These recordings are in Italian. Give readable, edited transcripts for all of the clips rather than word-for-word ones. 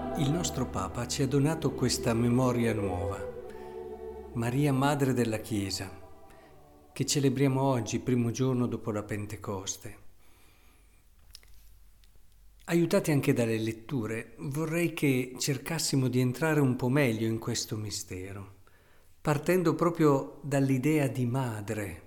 Il nostro Papa ci ha donato questa memoria nuova, Maria Madre della Chiesa, che celebriamo oggi, primo giorno dopo la Pentecoste. Aiutati anche dalle letture, vorrei che cercassimo di entrare un po' meglio in questo mistero, partendo proprio dall'idea di madre.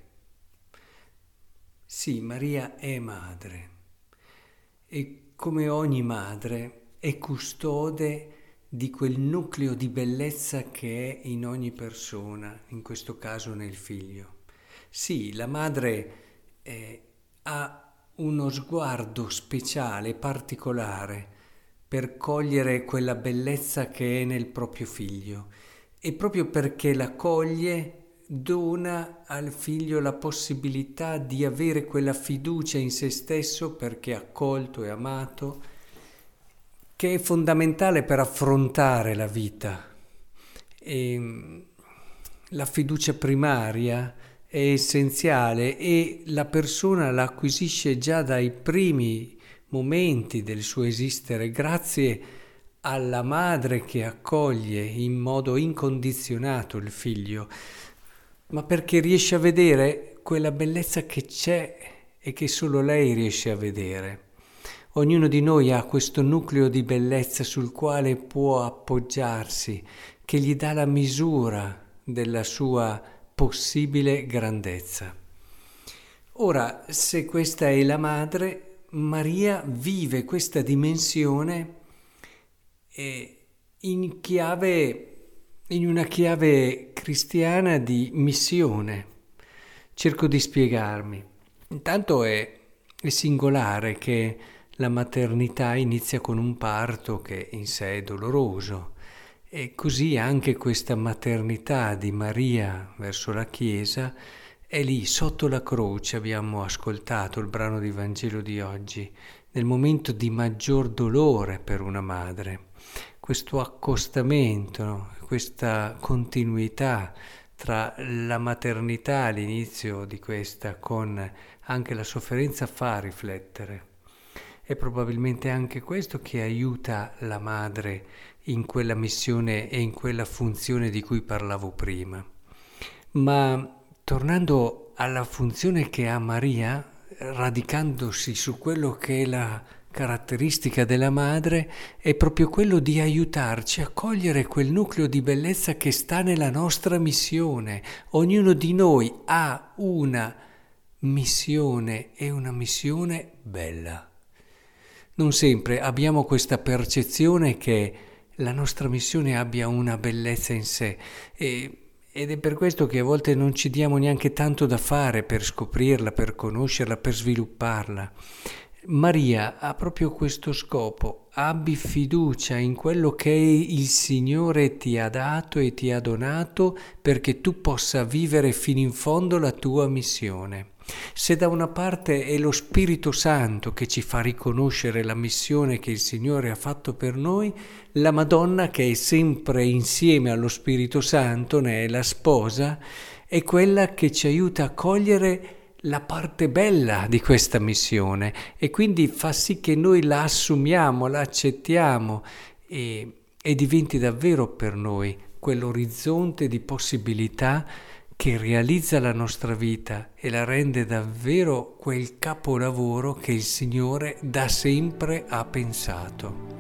Sì, Maria è madre e come ogni madre è custode di quel nucleo di bellezza che è in ogni persona, in questo caso nel figlio. Sì, la madre ha uno sguardo speciale, particolare, per cogliere quella bellezza che è nel proprio figlio e proprio perché la coglie dona al figlio la possibilità di avere quella fiducia in se stesso perché è accolto e amato, che è fondamentale per affrontare la vita. E la fiducia primaria è essenziale e la persona la acquisisce già dai primi momenti del suo esistere grazie alla madre che accoglie in modo incondizionato il figlio, ma perché riesce a vedere quella bellezza che c'è e che solo lei riesce a vedere. Ognuno di noi ha questo nucleo di bellezza sul quale può appoggiarsi, che gli dà la misura della sua possibile grandezza. Ora, se questa è la madre, Maria vive questa dimensione in una chiave cristiana di missione. Cerco di spiegarmi. Intanto è singolare che la maternità inizia con un parto che in sé è doloroso e così anche questa maternità di Maria verso la Chiesa è lì sotto la croce. Abbiamo ascoltato il brano di Vangelo di oggi, nel momento di maggior dolore per una madre. Questo accostamento, questa continuità tra la maternità all'inizio di questa con anche la sofferenza fa riflettere. È probabilmente anche questo che aiuta la madre in quella missione e in quella funzione di cui parlavo prima. Ma tornando alla funzione che ha Maria, radicandosi su quello che è la caratteristica della madre, è proprio quello di aiutarci a cogliere quel nucleo di bellezza che sta nella nostra missione. Ognuno di noi ha una missione e una missione bella. Non sempre abbiamo questa percezione che la nostra missione abbia una bellezza in sé ed è per questo che a volte non ci diamo neanche tanto da fare per scoprirla, per conoscerla, per svilupparla. Maria ha proprio questo scopo: abbi fiducia in quello che il Signore ti ha dato e ti ha donato perché tu possa vivere fino in fondo la tua missione. Se da una parte è lo Spirito Santo che ci fa riconoscere la missione che il Signore ha fatto per noi, la Madonna, che è sempre insieme allo Spirito Santo, ne è la sposa, è quella che ci aiuta a cogliere la parte bella di questa missione e quindi fa sì che noi la assumiamo, la accettiamo e diventi davvero per noi quell'orizzonte di possibilità che realizza la nostra vita e la rende davvero quel capolavoro che il Signore da sempre ha pensato.